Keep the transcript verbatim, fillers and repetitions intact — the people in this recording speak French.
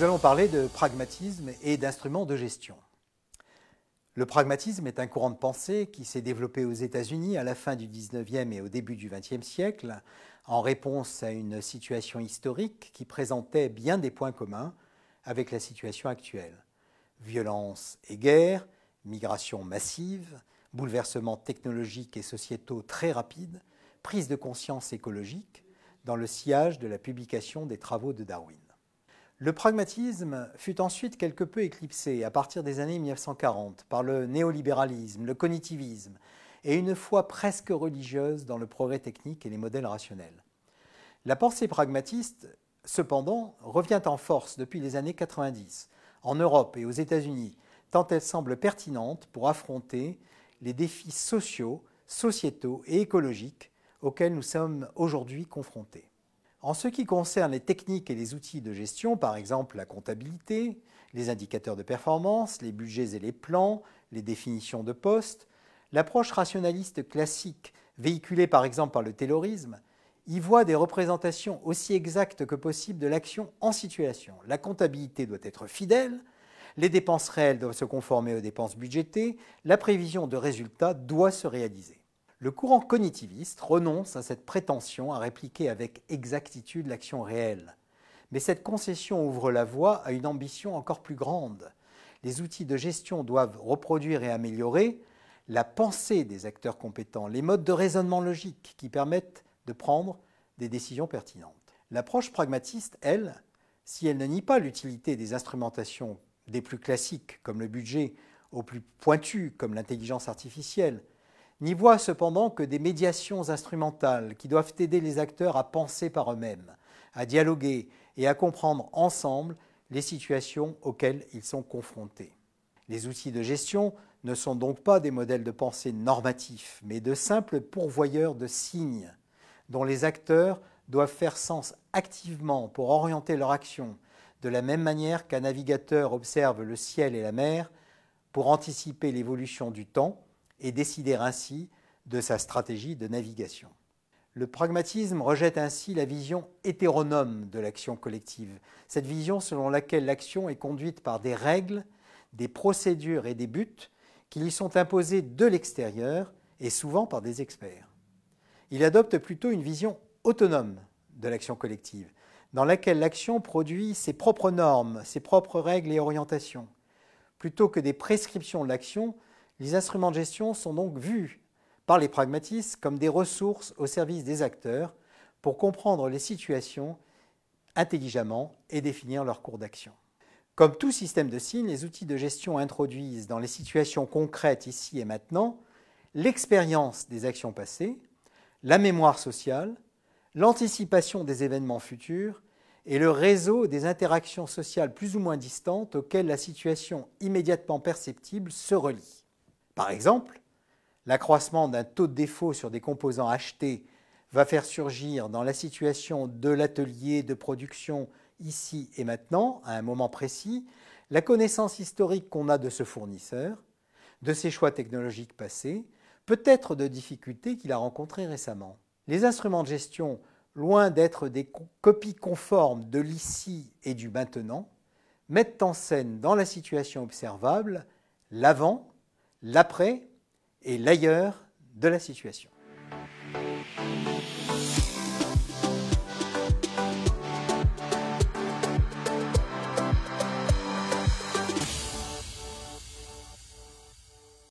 allons parler de pragmatisme et d'instruments de gestion. Le pragmatisme est un courant de pensée qui s'est développé aux États-Unis à la fin du dix-neuvième et au début du vingtième siècle, en réponse à une situation historique qui présentait bien des points communs avec la situation actuelle. Violence et guerre, migration massive, bouleversements technologiques et sociétaux très rapides, prise de conscience écologique, dans le sillage de la publication des travaux de Darwin. Le pragmatisme fut ensuite quelque peu éclipsé à partir des années mille neuf cent quarante par le néolibéralisme, le cognitivisme et une foi presque religieuse dans le progrès technique et les modèles rationnels. La pensée pragmatiste, cependant, revient en force depuis les années quatre-vingt-dix, en Europe et aux États-Unis, tant elle semble pertinente pour affronter les défis sociaux, sociétaux et écologiques auxquels nous sommes aujourd'hui confrontés. En ce qui concerne les techniques et les outils de gestion, par exemple la comptabilité, les indicateurs de performance, les budgets et les plans, les définitions de postes, l'approche rationaliste classique, véhiculée par exemple par le taylorisme, y voit des représentations aussi exactes que possible de l'action en situation. La comptabilité doit être fidèle, les dépenses réelles doivent se conformer aux dépenses budgétées, la prévision de résultats doit se réaliser. Le courant cognitiviste renonce à cette prétention à répliquer avec exactitude l'action réelle. Mais cette concession ouvre la voie à une ambition encore plus grande. Les outils de gestion doivent reproduire et améliorer la pensée des acteurs compétents, les modes de raisonnement logique qui permettent de prendre des décisions pertinentes. L'approche pragmatiste, elle, si elle ne nie pas l'utilité des instrumentations des plus classiques comme le budget aux plus pointues comme l'intelligence artificielle, n'y voit cependant que des médiations instrumentales qui doivent aider les acteurs à penser par eux-mêmes, à dialoguer et à comprendre ensemble les situations auxquelles ils sont confrontés. Les outils de gestion ne sont donc pas des modèles de pensée normatifs, mais de simples pourvoyeurs de signes dont les acteurs doivent faire sens activement pour orienter leur action, de la même manière qu'un navigateur observe le ciel et la mer pour anticiper l'évolution du temps et décider ainsi de sa stratégie de navigation. Le pragmatisme rejette ainsi la vision hétéronome de l'action collective, cette vision selon laquelle l'action est conduite par des règles, des procédures et des buts qui lui sont imposés de l'extérieur et souvent par des experts. Il adopte plutôt une vision autonome de l'action collective, dans laquelle l'action produit ses propres normes, ses propres règles et orientations. Plutôt que des prescriptions de l'action, les instruments de gestion sont donc vus par les pragmatistes comme des ressources au service des acteurs pour comprendre les situations intelligemment et définir leur cours d'action. Comme tout système de signes, les outils de gestion introduisent dans les situations concrètes ici et maintenant l'expérience des actions passées, la mémoire sociale, l'anticipation des événements futurs et le réseau des interactions sociales plus ou moins distantes auxquelles la situation immédiatement perceptible se relie. Par exemple, l'accroissement d'un taux de défaut sur des composants achetés va faire surgir dans la situation de l'atelier de production ici et maintenant, à un moment précis, la connaissance historique qu'on a de ce fournisseur, de ses choix technologiques passés, peut-être de difficultés qu'il a rencontrées récemment. Les instruments de gestion, loin d'être des copies conformes de l'ici et du maintenant, mettent en scène dans la situation observable l'avant, l'après et l'ailleurs de la situation.